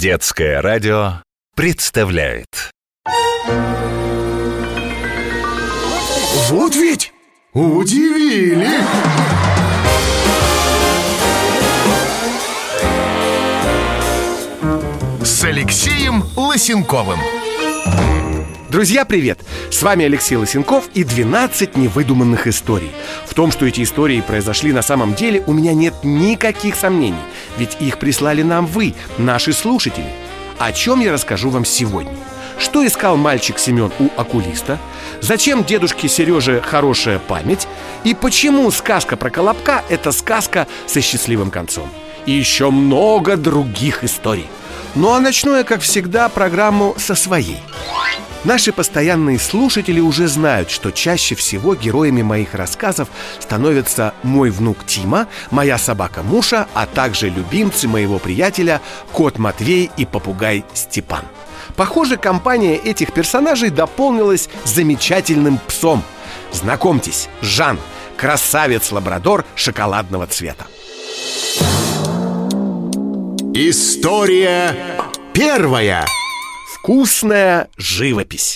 Детское радио представляет. Вот ведь удивили! С Алексеем Лысенковым. Друзья, привет! С вами Алексей Лысенков и 12 невыдуманных историй. В том, что эти истории произошли на самом деле, у меня нет никаких сомнений. Ведь их прислали нам вы, наши слушатели. О чем я расскажу вам сегодня? Что искал мальчик Семен у окулиста? Зачем дедушке Сереже хорошая память? И почему сказка про Колобка – это сказка со счастливым концом? И еще много других историй. Ну а начну я, как всегда, программу со своей. Наши постоянные слушатели уже знают, что чаще всего героями моих рассказов становятся мой внук Тима, моя собака Муша, а также любимцы моего приятеля кот Матвей и попугай Степан. Похоже, компания этих персонажей дополнилась замечательным псом. Знакомьтесь, Жан, красавец-лабрадор шоколадного цвета. История первая. Вкусная живопись.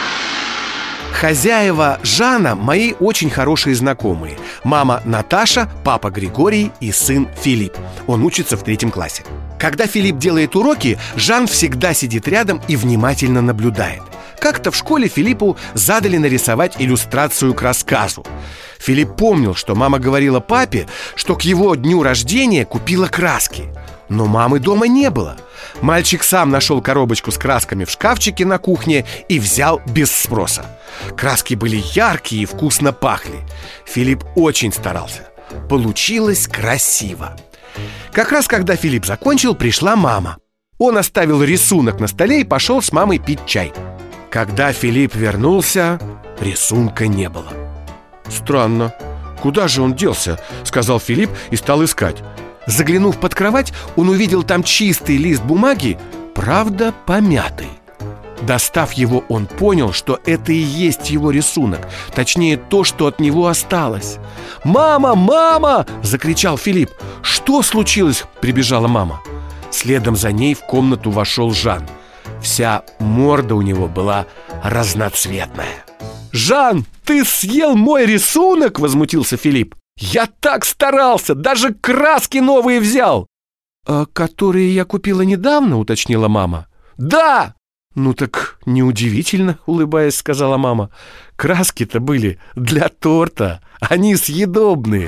Хозяева Жана мои очень хорошие знакомые. Мама Наташа, папа Григорий и сын Филипп. Он учится в 3 классе. Когда Филипп делает уроки, Жан всегда сидит рядом и внимательно наблюдает. Как-то в школе Филиппу задали нарисовать иллюстрацию к рассказу. Филипп помнил, что мама говорила папе, что к его дню рождения купила краски. Но мамы дома не было. Мальчик сам нашел коробочку с красками в шкафчике на кухне и взял без спроса. Краски были яркие и вкусно пахли. Филипп очень старался. Получилось красиво. Как раз когда Филипп закончил, пришла мама. Он оставил рисунок на столе и пошел с мамой пить чай. Когда Филипп вернулся, рисунка не было. «Странно, куда же он делся?» — сказал Филипп и стал искать. Заглянув под кровать, он увидел там чистый лист бумаги, правда помятый. Достав его, он понял, что это и есть его рисунок. Точнее, то, что от него осталось. «Мама! Мама!» – закричал Филипп. «Что случилось?» – прибежала мама. Следом за ней в комнату вошел Жан. Вся морда у него была разноцветная. «Жан, ты съел мой рисунок?» – возмутился Филипп. «Я так старался, даже краски новые взял!» «Которые я купила недавно?» — уточнила мама. «Да!» «Ну так неудивительно», — улыбаясь, сказала мама. «Краски-то были для торта, они съедобные».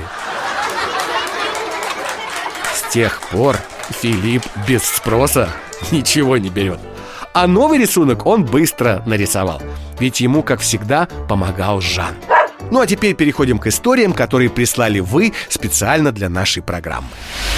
С тех пор Филипп без спроса ничего не берет. А новый рисунок он быстро нарисовал, ведь ему, как всегда, помогал Жан. Ну а теперь переходим к историям, которые прислали вы специально для нашей программы.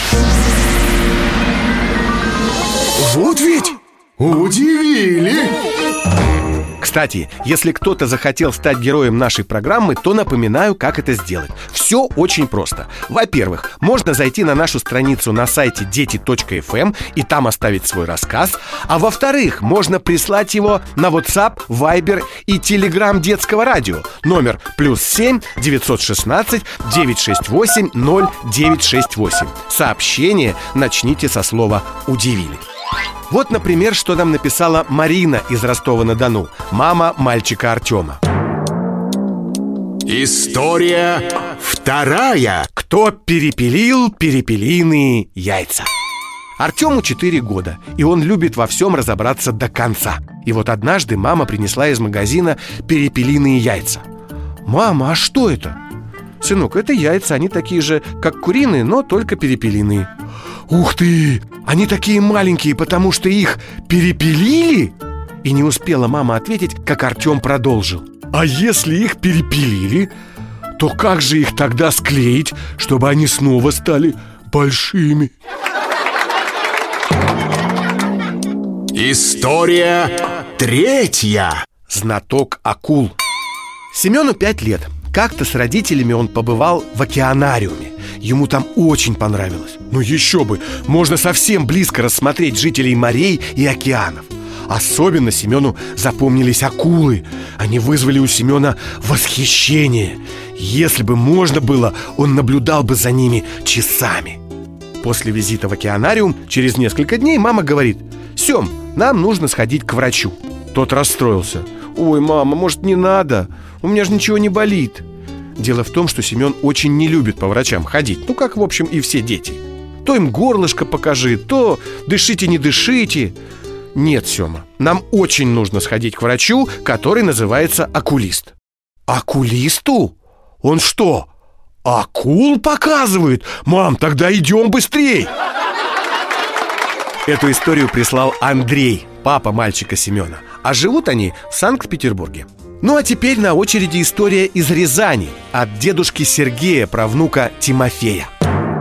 Вот ведь удивили! Кстати, если кто-то захотел стать героем нашей программы, то напоминаю, как это сделать. Все очень просто. Во-первых, можно зайти на нашу страницу на сайте дети.fm и там оставить свой рассказ. А во-вторых, можно прислать его на WhatsApp, Viber и Telegram детского радио. Номер +7 916 968 0968. Сообщение начните со слова «удивили». Вот, например, что нам написала Марина из Ростова-на-Дону, мама мальчика Артема. История вторая. Кто перепелил перепелиные яйца? Артему 4 года, и он любит во всем разобраться до конца. И вот однажды мама принесла из магазина перепелиные яйца. «Мама, а что это?» «Сынок, это яйца, они такие же, как куриные, но только перепелиные». «Ух ты! Они такие маленькие, потому что их перепелили?» И не успела мама ответить, как Артем продолжил. «А если их перепелили, то как же их тогда склеить, чтобы они снова стали большими?» История третья. Знаток акул. Семену 5 лет. Как-то с родителями он побывал в океанариуме. Ему там очень понравилось. Ну еще бы, можно совсем близко рассмотреть жителей морей и океанов. Особенно Семену запомнились акулы. Они вызвали у Семена восхищение. Если бы можно было, он наблюдал бы за ними часами. После визита в океанариум через несколько дней мама говорит: Сем, нам нужно сходить к врачу. Тот расстроился. Ой, мама, может, не надо? У меня же ничего не болит. Дело в том, что Семен очень не любит по врачам ходить. Ну, как, в общем, и все дети. То им горлышко покажи, то дышите, не дышите. Нет, Сема, нам очень нужно сходить к врачу, который называется окулист. Окулисту? Он что, акул показывает? Мам, тогда идем быстрей. Эту историю прислал Андрей, папа мальчика Семена. А живут они в Санкт-Петербурге. Ну а теперь на очереди история из Рязани от дедушки Сергея про внука Тимофея.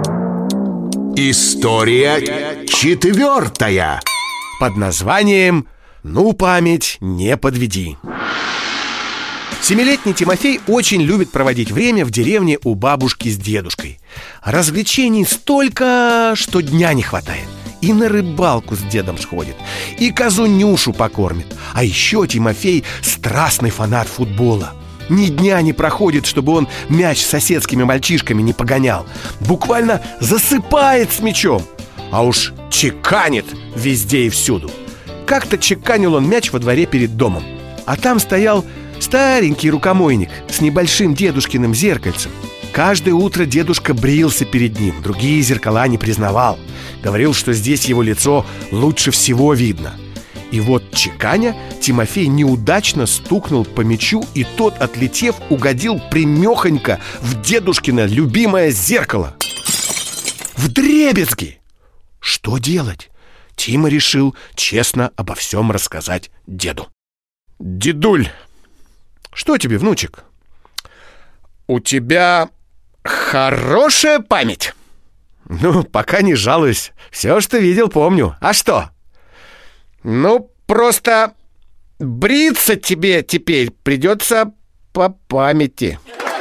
История 4. Под названием «Ну, память, не подведи». 7-летний Тимофей очень любит проводить время в деревне у бабушки с дедушкой. Развлечений столько, что дня не хватает. И на рыбалку с дедом сходит, и козу Нюшу покормит. А еще Тимофей страстный фанат футбола. Ни дня не проходит, чтобы он мяч с соседскими мальчишками не погонял. Буквально засыпает с мячом. А уж чеканит везде и всюду. Как-то чеканил он мяч во дворе перед домом. А там стоял старенький рукомойник с небольшим дедушкиным зеркальцем. Каждое утро дедушка брился перед ним, другие зеркала не признавал. Говорил, что здесь его лицо лучше всего видно. И вот чеканя, Тимофей неудачно стукнул по мячу, и тот, отлетев, угодил прямехонько в дедушкино любимое зеркало. Вдребезги! Что делать? Тима решил честно обо всем рассказать деду. Дедуль, что тебе, внучек? У тебя хорошая память? Ну, пока не жалуюсь. Все, что видел, помню. А что? Ну, просто бриться тебе теперь придется по памяти.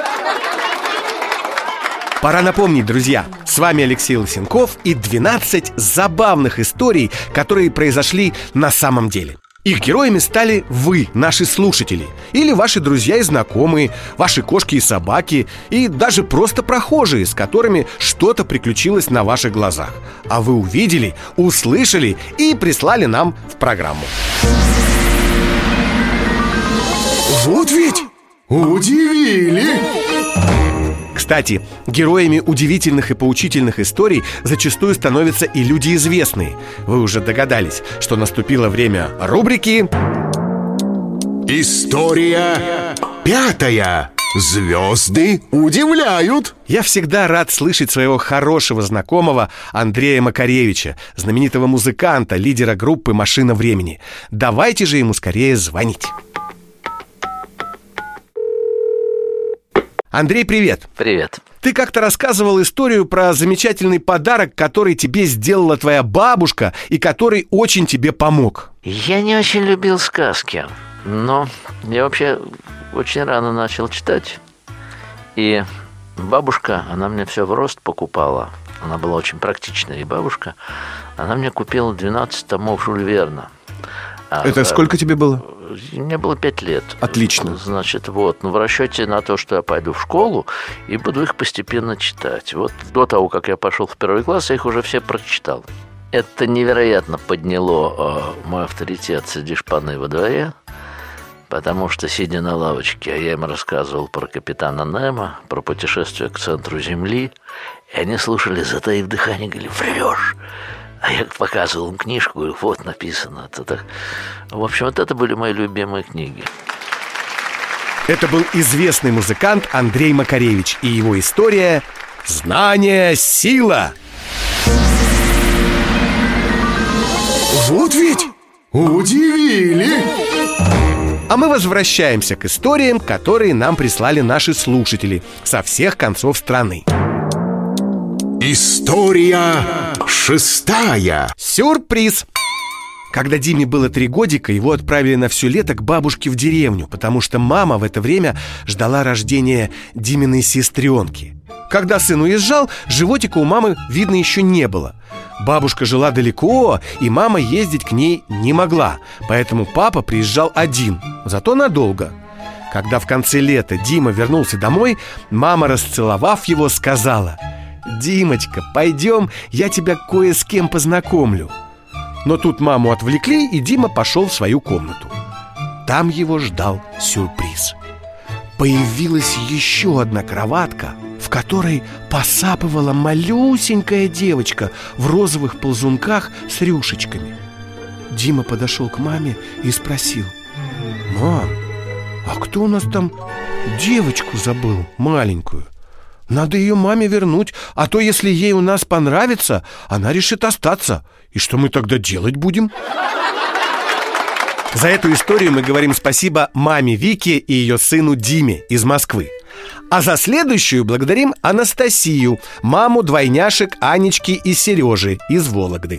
Пора напомнить, друзья, с вами Алексей Лысенков и 12 забавных историй, которые произошли на самом деле. Их героями стали вы, наши слушатели, или ваши друзья и знакомые, ваши кошки и собаки, и даже просто прохожие, с которыми что-то приключилось на ваших глазах. А вы увидели, услышали и прислали нам в программу. Вот ведь удивили! Кстати, героями удивительных и поучительных историй зачастую становятся и люди известные. Вы уже догадались, что наступило время рубрики История 5. Звезды удивляют. Я всегда рад слышать своего хорошего знакомого Андрея Макаревича, знаменитого музыканта, лидера группы «Машина времени». Давайте же ему скорее звонить. Андрей, привет! Привет. Ты как-то рассказывал историю про замечательный подарок, который тебе сделала твоя бабушка и который очень тебе помог. Я не очень любил сказки, но я вообще очень рано начал читать. И бабушка, она мне все в рост покупала. Она была очень практичная, и бабушка, она мне купила 12 томов Жюль Верна. Это сколько тебе было? Мне было 5 лет. Отлично. Значит, вот, в расчете на то, что я пойду в школу и буду их постепенно читать. Вот до того, как я пошел в 1 класс, я их уже все прочитал. Это невероятно подняло мой авторитет среди шпаны во дворе, потому что, сидя на лавочке, я им рассказывал про капитана Немо, про путешествие к центру Земли, и они слушали, затаив дыхание, говорили: «Врешь!» А я показывал им книжку, говорю: вот написано. Это так. В общем, вот это были мои любимые книги. Это был известный музыкант Андрей Макаревич и его история «Знание – сила». Вот ведь удивили! А мы возвращаемся к историям, которые нам прислали наши слушатели со всех концов страны. История 6. Сюрприз! Когда Диме было 3 годика, его отправили на все лето к бабушке в деревню, потому что мама в это время ждала рождения Диминой сестренки. Когда сын уезжал, животика у мамы видно еще не было. Бабушка жила далеко, и мама ездить к ней не могла, поэтому папа приезжал один, зато надолго. Когда в конце лета Дима вернулся домой, мама, расцеловав его, сказала: «Димочка, пойдем, я тебя кое с кем познакомлю». Но тут маму отвлекли, и Дима пошел в свою комнату. Там его ждал сюрприз. Появилась еще одна кроватка, в которой посапывала малюсенькая девочка в розовых ползунках с рюшечками. Дима подошел к маме и спросил: «Мам, а кто у нас там девочку забыл, маленькую? Надо ее маме вернуть, а то, если ей у нас понравится, она решит остаться. И что мы тогда делать будем?» За эту историю мы говорим спасибо маме Вике и ее сыну Диме из Москвы. А за следующую благодарим Анастасию, маму двойняшек Анечки и Сережи из Вологды.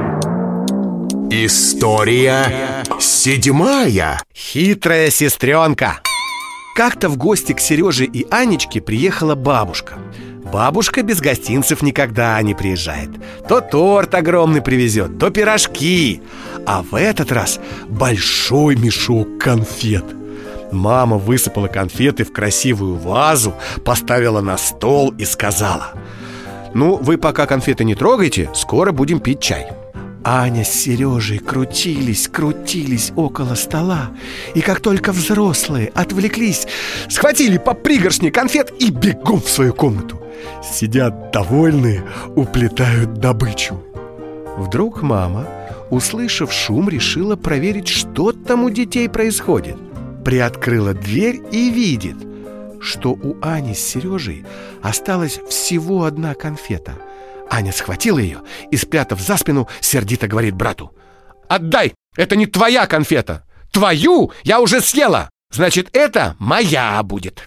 История 7. Хитрая сестренка. Как-то в гости к Сереже и Анечке приехала бабушка. Бабушка без гостинцев никогда не приезжает. То торт огромный привезет, то пирожки. А в этот раз большой мешок конфет. Мама высыпала конфеты в красивую вазу, поставила на стол и сказала: «Ну, вы пока конфеты не трогайте, скоро будем пить чай». Аня с Сережей крутились около стола. И как только взрослые отвлеклись, схватили по пригоршне конфет и бегом в свою комнату. Сидят довольные, уплетают добычу. Вдруг мама, услышав шум, решила проверить, что там у детей происходит. Приоткрыла дверь и видит, что у Ани с Сережей осталась всего одна конфета. Аня схватила ее и, спрятав за спину, сердито говорит брату: «Отдай! Это не твоя конфета! Твою я уже съела! Значит, это моя будет!»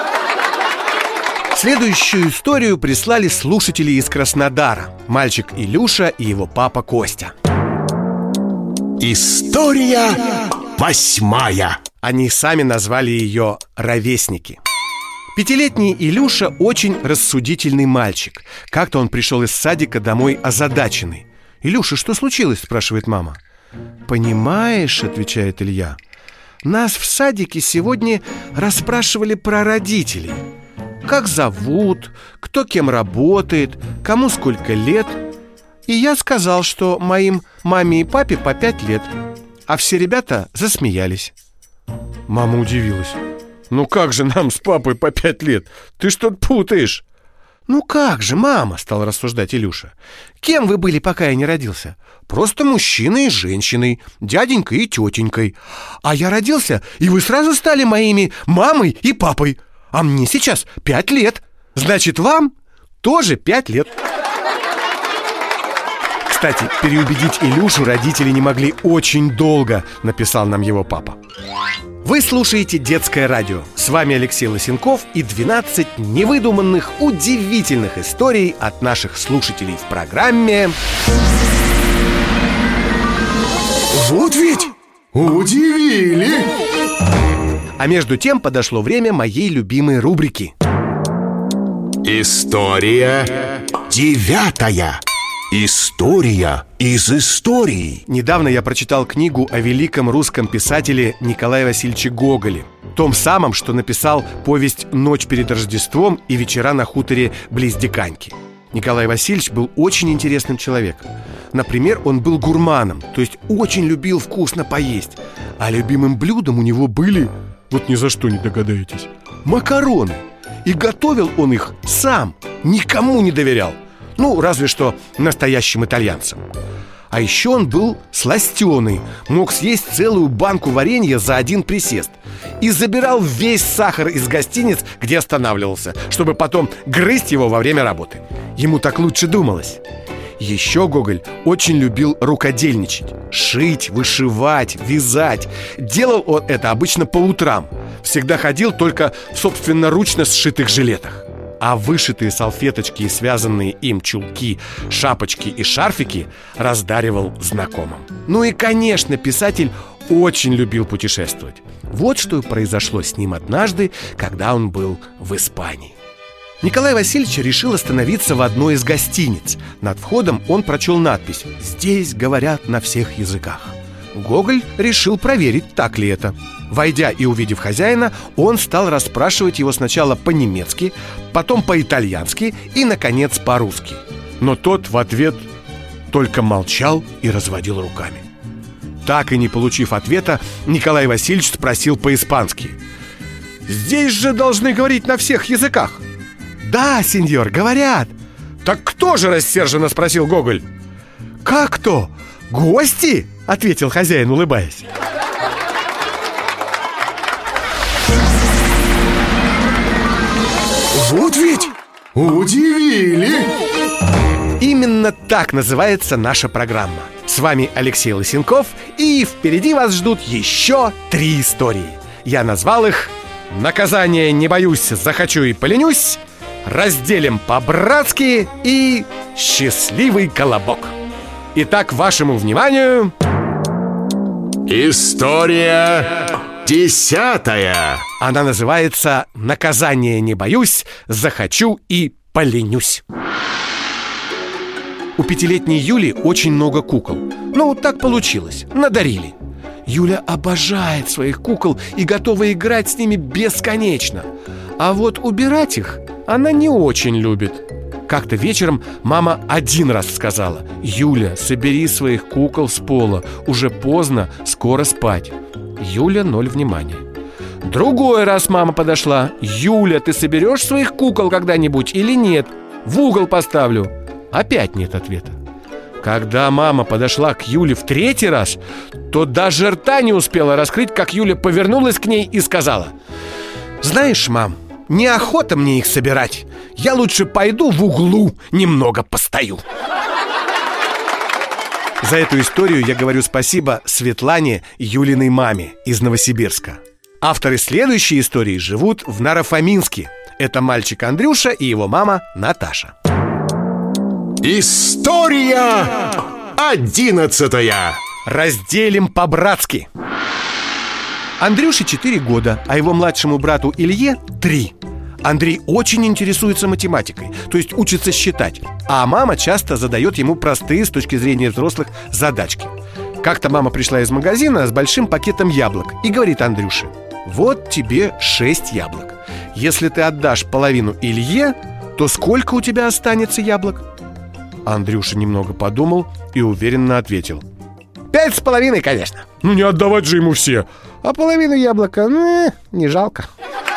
Следующую историю прислали слушатели из Краснодара. Мальчик Илюша и его папа Костя. История 8. Они сами назвали ее «Ровесники». 5-летний Илюша очень рассудительный мальчик. Как-то он пришел из садика домой озадаченный. «Илюша, что случилось?» – спрашивает мама. «Понимаешь, – отвечает Илья, – нас в садике сегодня расспрашивали про родителей. Как зовут, кто кем работает, кому сколько лет. И я сказал, что моим маме и папе по 5 лет. А все ребята засмеялись». Мама удивилась. «Ну как же нам с папой по 5 лет? Ты что-то путаешь». «Ну как же, мама?» – стал рассуждать Илюша. «Кем вы были, пока я не родился? Просто мужчиной и женщиной, дяденькой и тетенькой. А я родился, и вы сразу стали моими мамой и папой. А мне сейчас 5 лет. Значит, вам тоже 5 лет». Кстати, переубедить Илюшу родители не могли очень долго, написал нам его папа. Вы слушаете «Детское радио». С вами Алексей Лысенков и 12 невыдуманных, удивительных историй от наших слушателей в программе Вот ведь удивили! А между тем подошло время моей любимой рубрики. История 9. История из историй. Недавно я прочитал книгу о великом русском писателе Николае Васильевиче Гоголе, том самом, что написал повесть «Ночь перед Рождеством» и «Вечера на хуторе близ Диканьки». Николай Васильевич был очень интересным человеком. Например, он был гурманом, то есть очень любил вкусно поесть. А любимым блюдом у него были, вот ни за что не догадаетесь, макароны. И готовил он их сам, никому не доверял. Ну, разве что настоящим итальянцам. А еще он был сластеный, мог съесть целую банку варенья за один присест. И забирал весь сахар из гостиниц, где останавливался, чтобы потом грызть его во время работы. Ему так лучше думалось. Еще Гоголь очень любил рукодельничать. Шить, вышивать, вязать. Делал он это обычно по утрам. Всегда ходил только в собственноручно сшитых жилетах. А вышитые салфеточки и связанные им чулки, шапочки и шарфики раздаривал знакомым. Ну и, конечно, писатель очень любил путешествовать. Вот что произошло с ним однажды, когда он был в Испании. Николай Васильевич решил остановиться в одной из гостиниц. Над входом он прочел надпись «Здесь говорят на всех языках». Гоголь решил проверить, так ли это. Войдя и увидев хозяина, он стал расспрашивать его сначала по-немецки, потом по-итальянски и, наконец, по-русски. Но тот в ответ только молчал и разводил руками. Так и не получив ответа, Николай Васильевич спросил по-испански: «Здесь же должны говорить на всех языках». «Да, сеньор, говорят». «Так кто же?» — рассерженно спросил Гоголь. «Как кто? Гости?» — ответил хозяин, улыбаясь. Вот ведь удивили! Именно так называется наша программа. С вами Алексей Лысенков, и впереди вас ждут еще 3 истории. Я назвал их «Наказание не боюсь, захочу и поленюсь», «Разделим по-братски» и «Счастливый колобок». Итак, вашему вниманию... История 10. Она называется «Наказание не боюсь, захочу и поленюсь». У 5-летней Юли очень много кукол. Ну, так получилось, надарили. Юля обожает своих кукол и готова играть с ними бесконечно. А вот убирать их она не очень любит. Как-то вечером мама 1 раз сказала: «Юля, собери своих кукол с пола, уже поздно, скоро спать». Юля 0 внимания. Другой раз мама подошла: «Юля, ты соберешь своих кукол когда-нибудь или нет? В угол поставлю». Опять нет ответа. Когда мама подошла к Юле в 3-й раз, то даже рта не успела раскрыть, как Юля повернулась к ней и сказала: «Знаешь, мам, неохота мне их собирать. Я лучше пойду в углу немного постою». За эту историю я говорю спасибо Светлане, Юлиной маме из Новосибирска. Авторы следующей истории живут в Наро-Фоминске. Это мальчик Андрюша и его мама Наташа. История 11. Разделим по-братски. Андрюше 4 года, а его младшему брату Илье 3. Андрей очень интересуется математикой, то есть учится считать, а мама часто задает ему простые с точки зрения взрослых задачки. Как-то мама пришла из магазина с большим пакетом яблок и говорит Андрюше: «Вот тебе 6 яблок. Если ты отдашь половину Илье, то сколько у тебя останется яблок?» Андрюша немного подумал и уверенно ответил: 5,5, конечно. Ну не отдавать же ему все. А половину яблока, не жалко.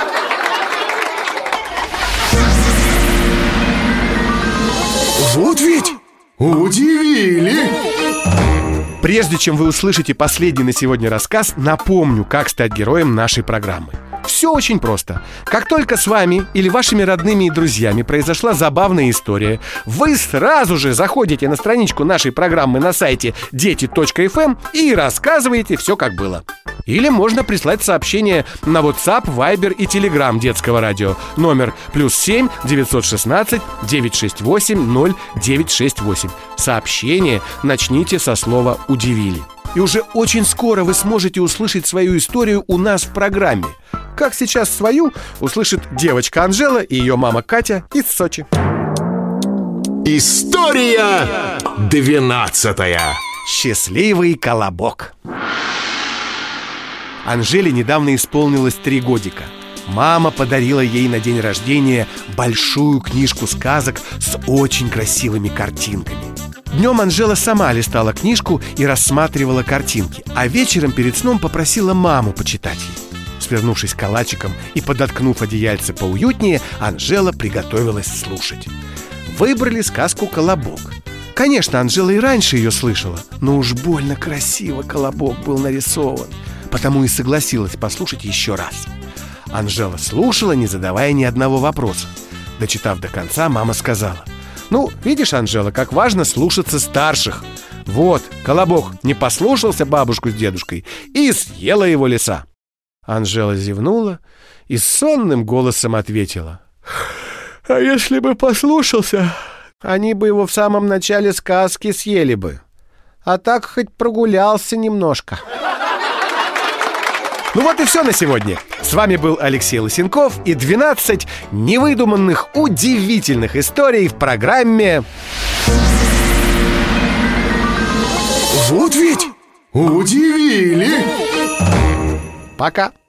Вот ведь удивили! Прежде чем вы услышите последний на сегодня рассказ, напомню, как стать героем нашей программы. Все очень просто. Как только с вами или вашими родными и друзьями произошла забавная история, вы сразу же заходите на страничку нашей программы на сайте дети.fm и рассказываете все, как было. Или можно прислать сообщение на WhatsApp, Viber и Telegram детского радио. Номер +7 916 968 0968. Сообщение начните со слова «удивили». И уже очень скоро вы сможете услышать свою историю у нас в программе. Как сейчас свою услышит девочка Анжела и ее мама Катя из Сочи. История 12. Счастливый колобок. Анжеле недавно исполнилось 3 годика. Мама подарила ей на день рождения большую книжку сказок с очень красивыми картинками. Днем Анжела сама листала книжку и рассматривала картинки, а вечером перед сном попросила маму почитать ей. Свернувшись калачиком и подоткнув одеяльце поуютнее, Анжела приготовилась слушать. Выбрали сказку «Колобок». Конечно, Анжела и раньше ее слышала, но уж больно красиво колобок был нарисован, потому и согласилась послушать еще раз. Анжела слушала, не задавая ни одного вопроса. Дочитав до конца, мама сказала: «Ну, видишь, Анжела, как важно слушаться старших. Вот, колобок не послушался бабушку с дедушкой и съела его лиса». Анжела зевнула и сонным голосом ответила: «А если бы послушался, они бы его в самом начале сказки съели бы. А так хоть прогулялся немножко». Ну вот и все на сегодня. С вами был Алексей Лысенков и 12 невыдуманных, удивительных историй в программе Вот ведь удивили! «Пока».